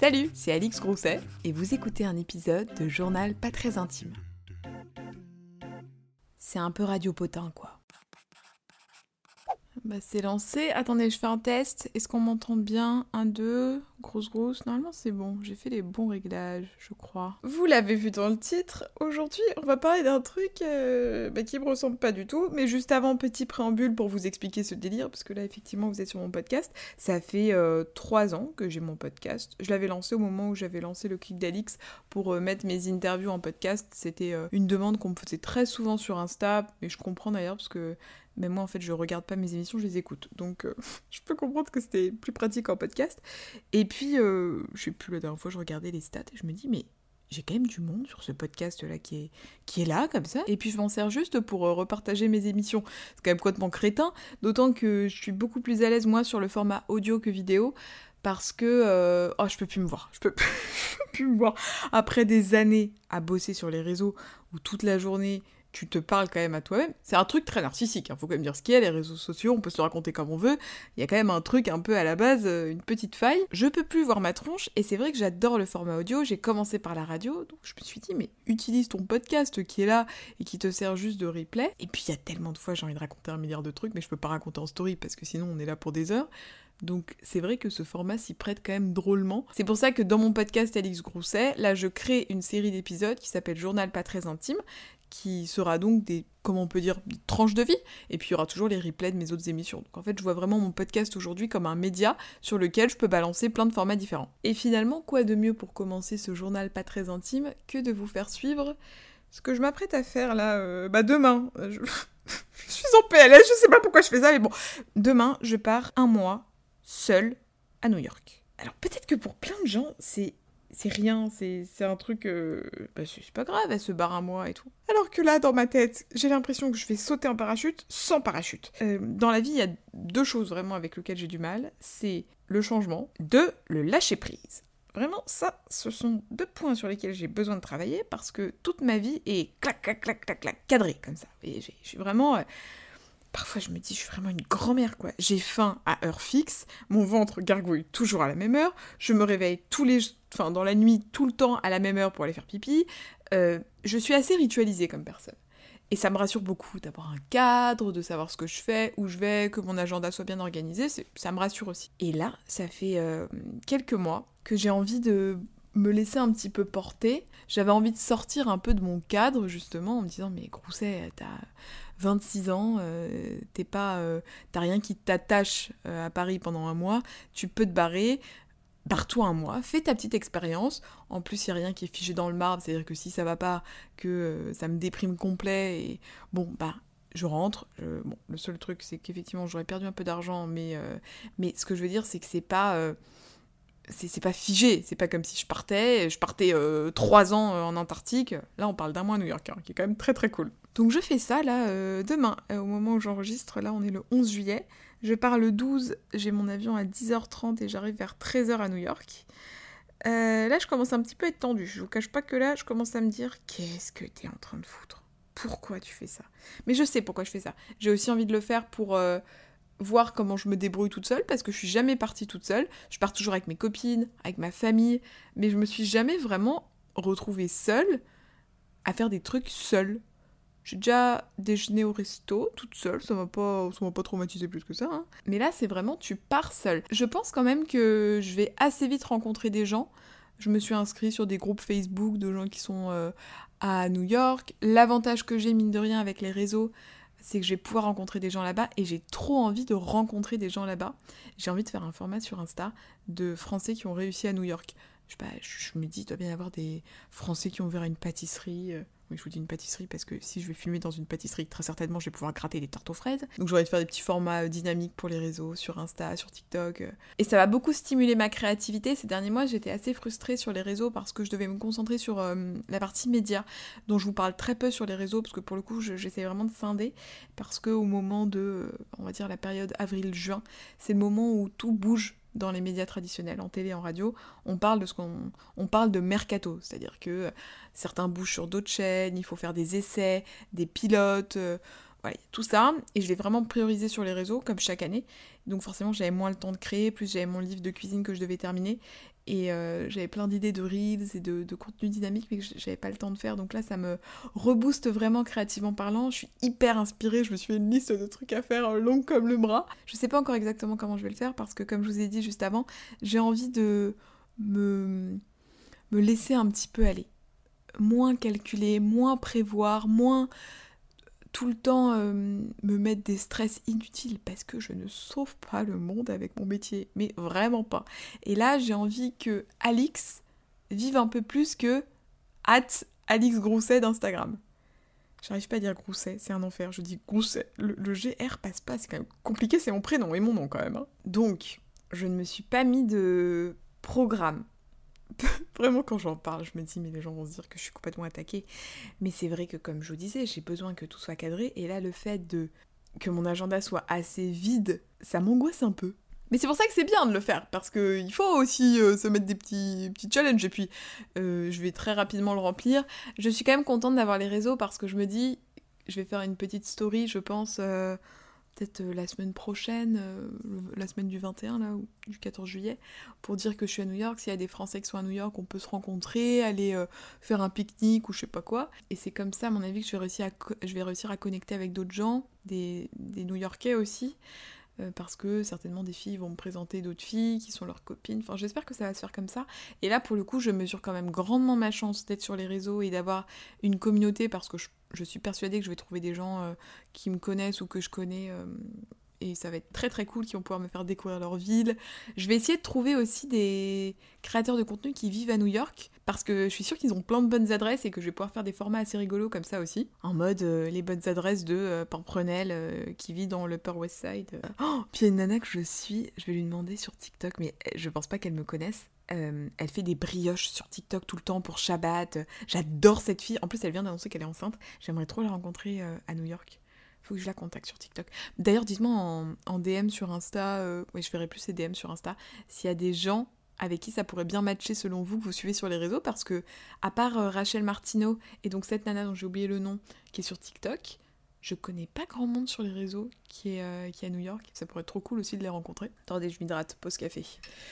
Salut, c'est Alix Grousset et vous écoutez un épisode de Journal pas très intime. C'est un peu radiopotin quoi. Bah c'est lancé, attendez je fais un test, est-ce qu'on m'entend bien? 1, 2, grosse, normalement c'est bon, j'ai fait les bons réglages je crois. Vous l'avez vu dans le titre, aujourd'hui on va parler d'un truc qui me ressemble pas du tout, mais juste avant petit préambule pour vous expliquer ce délire, parce que là effectivement vous êtes sur mon podcast, ça fait 3 ans que j'ai mon podcast, je l'avais lancé au moment où j'avais lancé le clic d'Alix pour mettre mes interviews en podcast, c'était une demande qu'on me faisait très souvent sur Insta, et je comprends d'ailleurs parce que mais moi en fait je regarde pas mes émissions, je les écoute. Donc je peux comprendre que c'était plus pratique en podcast. Et puis je sais plus, la dernière fois je regardais les stats et je me dis mais j'ai quand même du monde sur ce podcast là qui est là comme ça. Et puis je m'en sers juste pour repartager mes émissions. C'est quand même complètement crétin, d'autant que je suis beaucoup plus à l'aise moi sur le format audio que vidéo. Parce que je peux plus me voir. Je peux plus me voir. Après des années à bosser sur les réseaux où toute la journée tu te parles quand même à toi-même, c'est un truc très narcissique, hein. Faut quand même dire ce qu'il y a, les réseaux sociaux, on peut se le raconter comme on veut, il y a quand même un truc un peu à la base, une petite faille. Je peux plus voir ma tronche, et c'est vrai que j'adore le format audio, j'ai commencé par la radio, donc je me suis dit, mais utilise ton podcast qui est là, et qui te sert juste de replay, et puis il y a tellement de fois j'ai envie de raconter un milliard de trucs, mais je peux pas raconter en story, parce que sinon on est là pour des heures. Donc c'est vrai que ce format s'y prête quand même drôlement. C'est pour ça que dans mon podcast Alix Grousset, là je crée une série d'épisodes qui s'appelle Journal pas très intime, qui sera donc des, comment on peut dire, des tranches de vie, et puis il y aura toujours les replays de mes autres émissions. Donc en fait je vois vraiment mon podcast aujourd'hui comme un média sur lequel je peux balancer plein de formats différents. Et finalement, quoi de mieux pour commencer ce journal pas très intime que de vous faire suivre ce que je m'apprête à faire là, demain. Je suis en PLS, je sais pas pourquoi je fais ça, mais bon. Demain, je pars 1 mois seule à New York. Alors peut-être que pour plein de gens, c'est rien, c'est un truc... c'est pas grave, elle se barre 1 mois et tout. Alors que là, dans ma tête, j'ai l'impression que je vais sauter en parachute sans parachute. Dans la vie, il y a 2 choses vraiment avec lesquelles j'ai du mal. C'est le changement, 2, le lâcher-prise. Vraiment, ça, ce sont 2 points sur lesquels j'ai besoin de travailler parce que toute ma vie est clac, cadrée comme ça. Et je suis vraiment... Parfois, je me dis, je suis vraiment une grand-mère, quoi. J'ai faim à heure fixe, mon ventre gargouille toujours à la même heure, je me réveille dans la nuit, tout le temps, à la même heure pour aller faire pipi. Je suis assez ritualisée comme personne. Et ça me rassure beaucoup d'avoir un cadre, de savoir ce que je fais, où je vais, que mon agenda soit bien organisé, ça me rassure aussi. Et là, ça fait quelques mois que j'ai envie de me laisser un petit peu porter. J'avais envie de sortir un peu de mon cadre, justement, en me disant, mais Grousset, t'as 26 ans, t'as rien qui t'attache à Paris pendant 1 mois, tu peux te barrer, barre-toi 1 mois, fais ta petite expérience. En plus, il n'y a rien qui est figé dans le marbre, c'est-à-dire que si ça va pas, que ça me déprime complet, et je rentre. Le seul truc, c'est qu'effectivement, j'aurais perdu un peu d'argent, mais ce que je veux dire, c'est que c'est pas figé, c'est pas comme si je partais 3 ans en Antarctique. Là, on parle d'1 mois à New York, hein, qui est quand même très très cool. Donc je fais ça, là, demain, au moment où j'enregistre, là, on est le 11 juillet. Je pars le 12, j'ai mon avion à 10h30 et j'arrive vers 13h à New York. Là, je commence un petit peu à être tendue. Je vous cache pas que là, je commence à me dire « Qu'est-ce que t'es en train de foutre ? Pourquoi tu fais ça ?» Mais je sais pourquoi je fais ça. J'ai aussi envie de le faire pour voir comment je me débrouille toute seule, parce que je suis jamais partie toute seule. Je pars toujours avec mes copines, avec ma famille, mais je me suis jamais vraiment retrouvée seule à faire des trucs seule. J'ai déjà déjeuné au resto, toute seule, ça m'a pas traumatisé plus que ça, hein. Mais là, c'est vraiment, tu pars seule. Je pense quand même que je vais assez vite rencontrer des gens. Je me suis inscrite sur des groupes Facebook de gens qui sont à New York. L'avantage que j'ai, mine de rien, avec les réseaux, c'est que je vais pouvoir rencontrer des gens là-bas, et j'ai trop envie de rencontrer des gens là-bas. J'ai envie de faire un format sur Insta de Français qui ont réussi à New York. Je me dis, il doit bien y avoir des Français qui ont ouvert une pâtisserie... Oui, je vous dis une pâtisserie parce que si je vais filmer dans une pâtisserie, très certainement, je vais pouvoir gratter des tartes aux fraises. Donc j'ai envie de faire des petits formats dynamiques pour les réseaux, sur Insta, sur TikTok. Et ça va beaucoup stimuler ma créativité. Ces derniers mois, j'étais assez frustrée sur les réseaux parce que je devais me concentrer sur la partie média, dont je vous parle très peu sur les réseaux, parce que pour le coup, j'essaie vraiment de scinder, parce qu'au moment de, on va dire, la période avril-juin, c'est le moment où tout bouge dans les médias traditionnels, en télé, en radio. On parle de mercato, c'est-à-dire que certains bougent sur d'autres chaînes, il faut faire des essais, des pilotes, voilà, tout ça, et je l'ai vraiment priorisé sur les réseaux, comme chaque année, donc forcément j'avais moins le temps de créer, plus j'avais mon livre de cuisine que je devais terminer, Et j'avais plein d'idées de reels et de contenu dynamique, mais que j'avais pas le temps de faire. Donc là, ça me rebooste vraiment créativement parlant. Je suis hyper inspirée. Je me suis fait une liste de trucs à faire longue comme le bras. Je sais pas encore exactement comment je vais le faire parce que, comme je vous ai dit juste avant, j'ai envie de me laisser un petit peu aller. Moins calculer, moins prévoir, moins tout le temps me mettre des stress inutiles parce que je ne sauve pas le monde avec mon métier, mais vraiment pas. Et là, j'ai envie que Alix vive un peu plus que @Alix Grousset d'Instagram. J'arrive pas à dire Grousset, c'est un enfer, je dis Grousset. Le GR passe pas, c'est quand même compliqué, c'est mon prénom et mon nom quand même. Hein. Donc, je ne me suis pas mis de programme. Vraiment, quand j'en parle, je me dis, mais les gens vont se dire que je suis complètement attaquée. Mais c'est vrai que, comme je vous disais, j'ai besoin que tout soit cadré. Et là, le fait que mon agenda soit assez vide, ça m'angoisse un peu. Mais c'est pour ça que c'est bien de le faire, parce qu'il faut aussi se mettre des petits challenges. Et puis, je vais très rapidement le remplir. Je suis quand même contente d'avoir les réseaux, parce que je me dis, je vais faire une petite story, je pense... peut-être la semaine prochaine, la semaine du 21 là, ou du 14 juillet, pour dire que je suis à New York. S'il y a des Français qui sont à New York, on peut se rencontrer, aller faire un pique-nique ou je sais pas quoi. Et c'est comme ça, à mon avis, que je vais réussir à connecter avec d'autres gens, des New-Yorkais aussi, parce que certainement des filles vont me présenter d'autres filles qui sont leurs copines. Enfin, j'espère que ça va se faire comme ça. Et là, pour le coup, je mesure quand même grandement ma chance d'être sur les réseaux et d'avoir une communauté, parce que je suis persuadée que je vais trouver des gens qui me connaissent ou que je connais, et ça va être très très cool, qui vont pouvoir me faire découvrir leur ville. Je vais essayer de trouver aussi des créateurs de contenu qui vivent à New York, parce que je suis sûre qu'ils ont plein de bonnes adresses et que je vais pouvoir faire des formats assez rigolos comme ça aussi. En mode les bonnes adresses de Pamprenelle qui vit dans l'Upper West Side. Oh, puis il y a une nana que je vais lui demander sur TikTok, mais je pense pas qu'elle me connaisse. Elle fait des brioches sur TikTok tout le temps pour Shabbat. J'adore cette fille. En plus, elle vient d'annoncer qu'elle est enceinte. J'aimerais trop la rencontrer à New York. Faut que je la contacte sur TikTok. D'ailleurs, dites-moi en DM sur Insta, je verrai plus ces DM sur Insta, s'il y a des gens avec qui ça pourrait bien matcher selon vous, que vous suivez sur les réseaux, parce que, à part Rachel Martineau, et donc cette nana dont j'ai oublié le nom, qui est sur TikTok, je connais pas grand monde sur les réseaux qui est à New York. Ça pourrait être trop cool aussi de les rencontrer. Attendez, je m'hydrate, pause café.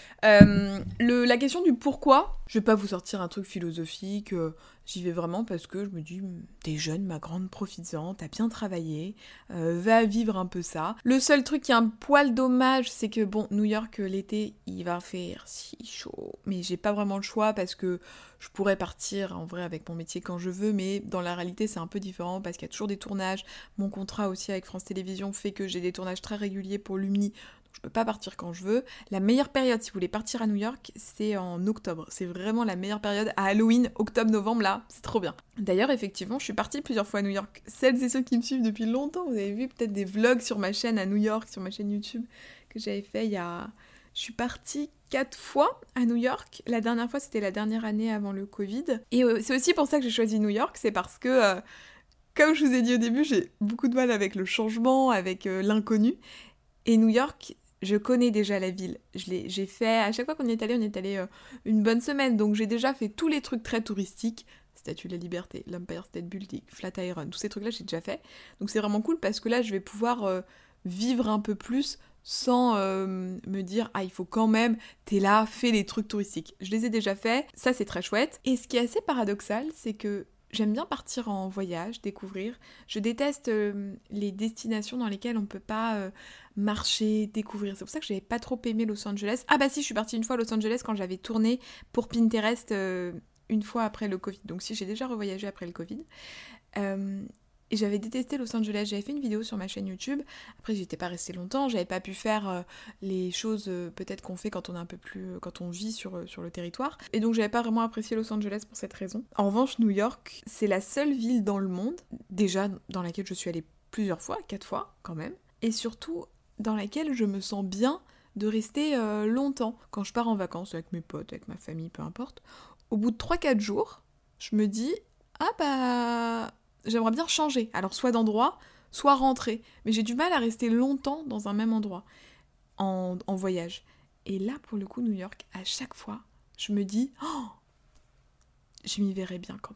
La question du pourquoi, je vais pas vous sortir un truc philosophique, j'y vais vraiment parce que je me dis, t'es jeune, ma grande, profites-en, t'as bien travaillé, va vivre un peu ça. Le seul truc qui est un poil dommage, c'est que bon, New York, l'été, il va faire si chaud, mais j'ai pas vraiment le choix parce que je pourrais partir en vrai avec mon métier quand je veux, mais dans la réalité c'est un peu différent parce qu'il y a toujours des tournages. Mon contrat aussi avec France Télévisions fait que j'ai des tournages très réguliers pour Lumni, donc je peux pas partir quand je veux. La meilleure période si vous voulez partir à New York, c'est en octobre. C'est vraiment la meilleure période à Halloween, octobre-novembre là, c'est trop bien. D'ailleurs effectivement je suis partie plusieurs fois à New York. Celles et ceux qui me suivent depuis longtemps, vous avez vu peut-être des vlogs sur ma chaîne à New York, sur ma chaîne YouTube que j'avais fait il y a... Je suis partie 4 fois à New York. La dernière fois, c'était la dernière année avant le Covid. Et c'est aussi pour ça que j'ai choisi New York, c'est parce que, comme je vous ai dit au début, j'ai beaucoup de mal avec le changement, avec l'inconnu. Et New York, je connais déjà la ville. J'ai fait, à chaque fois qu'on y est allé une bonne semaine. Donc j'ai déjà fait tous les trucs très touristiques. Statue de la Liberté, l'Empire State Building, Flatiron, tous ces trucs-là, j'ai déjà fait. Donc c'est vraiment cool parce que là, je vais pouvoir vivre un peu plus sans me dire « Ah, il faut quand même, t'es là, fais les trucs touristiques. » Je les ai déjà faits, ça c'est très chouette. Et ce qui est assez paradoxal, c'est que j'aime bien partir en voyage, découvrir. Je déteste les destinations dans lesquelles on peut pas marcher, découvrir. C'est pour ça que j'avais pas trop aimé Los Angeles. Ah bah si, je suis partie une fois à Los Angeles quand j'avais tourné pour Pinterest une fois après le Covid. Donc si, j'ai déjà revoyagé après le Covid. Et j'avais détesté Los Angeles, j'avais fait une vidéo sur ma chaîne YouTube, après j'étais pas restée longtemps, j'avais pas pu faire les choses peut-être qu'on fait quand on est un peu plus, quand on vit sur le territoire, et donc j'avais pas vraiment apprécié Los Angeles pour cette raison. En revanche, New York, c'est la seule ville dans le monde, déjà dans laquelle je suis allée plusieurs fois, 4 fois quand même, et surtout dans laquelle je me sens bien de rester longtemps. Quand je pars en vacances avec mes potes, avec ma famille, peu importe, au bout de 3-4 jours, je me dis, ah bah... j'aimerais bien changer, alors soit d'endroit, soit rentrer. Mais j'ai du mal à rester longtemps dans un même endroit, en voyage. Et là, pour le coup, New York, à chaque fois, je me dis, oh, je m'y verrais bien quand même.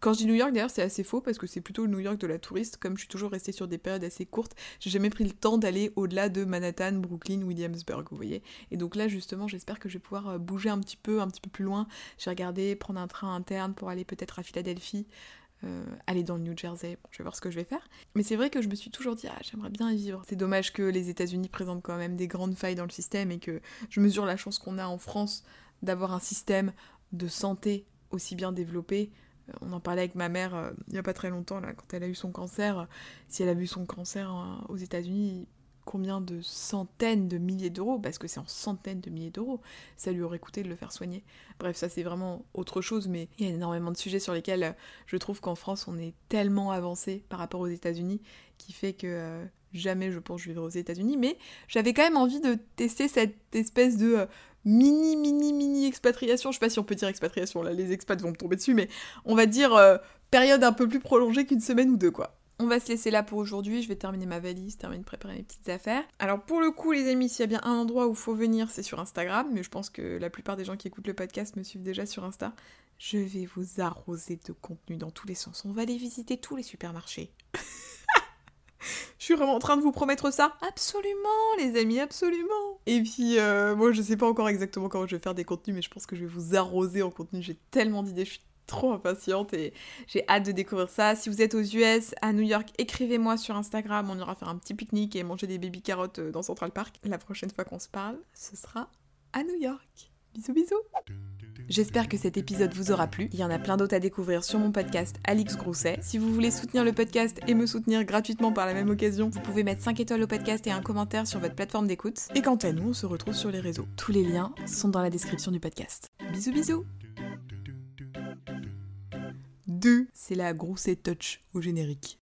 Quand je dis New York, d'ailleurs, c'est assez faux parce que c'est plutôt le New York de la touriste. Comme je suis toujours restée sur des périodes assez courtes, j'ai jamais pris le temps d'aller au-delà de Manhattan, Brooklyn, Williamsburg, vous voyez. Et donc là, justement, j'espère que je vais pouvoir bouger un petit peu plus loin. J'ai regardé prendre un train interne pour aller peut-être à Philadelphie, aller dans le New Jersey. Bon, je vais voir ce que je vais faire. Mais c'est vrai que je me suis toujours dit, j'aimerais bien y vivre. C'est dommage que les États-Unis présentent quand même des grandes failles dans le système et que je mesure la chance qu'on a en France d'avoir un système de santé aussi bien développé. On en parlait avec ma mère il n'y a pas très longtemps, là, quand elle a eu son cancer. Si elle a eu son cancer aux États-Unis, combien de centaines de milliers d'euros, parce que c'est en centaines de milliers d'euros, ça lui aurait coûté de le faire soigner. Bref, ça c'est vraiment autre chose, mais il y a énormément de sujets sur lesquels je trouve qu'en France on est tellement avancé par rapport aux États-Unis, qui fait que jamais je pense je vivrai aux États-Unis, mais j'avais quand même envie de tester cette espèce de mini expatriation, je sais pas si on peut dire expatriation, là les expats vont me tomber dessus, mais on va dire période un peu plus prolongée qu'une semaine ou deux, quoi. On va se laisser là pour aujourd'hui, je vais terminer ma valise, terminer de préparer mes petites affaires. Alors pour le coup les amis, s'il y a bien un endroit où il faut venir, c'est sur Instagram, mais je pense que la plupart des gens qui écoutent le podcast me suivent déjà sur Insta. Je vais vous arroser de contenu dans tous les sens, on va aller visiter tous les supermarchés. Je suis vraiment en train de vous promettre ça. Absolument, les amis, absolument. Et puis, moi, je sais pas encore exactement comment je vais faire des contenus, mais je pense que je vais vous arroser en contenu. J'ai tellement d'idées, je suis trop impatiente et j'ai hâte de découvrir ça. Si vous êtes aux US, à New York, écrivez-moi sur Instagram. On ira faire un petit pique-nique et manger des baby carottes dans Central Park. La prochaine fois qu'on se parle, ce sera à New York. Bisous, bisous. J'espère que cet épisode vous aura plu. Il y en a plein d'autres à découvrir sur mon podcast Alix Grousset. Si vous voulez soutenir le podcast et me soutenir gratuitement par la même occasion, vous pouvez mettre 5 étoiles au podcast et un commentaire sur votre plateforme d'écoute. Et quant à nous, on se retrouve sur les réseaux. Tous les liens sont dans la description du podcast. Bisous bisous. C'est la Grousset Touch au générique.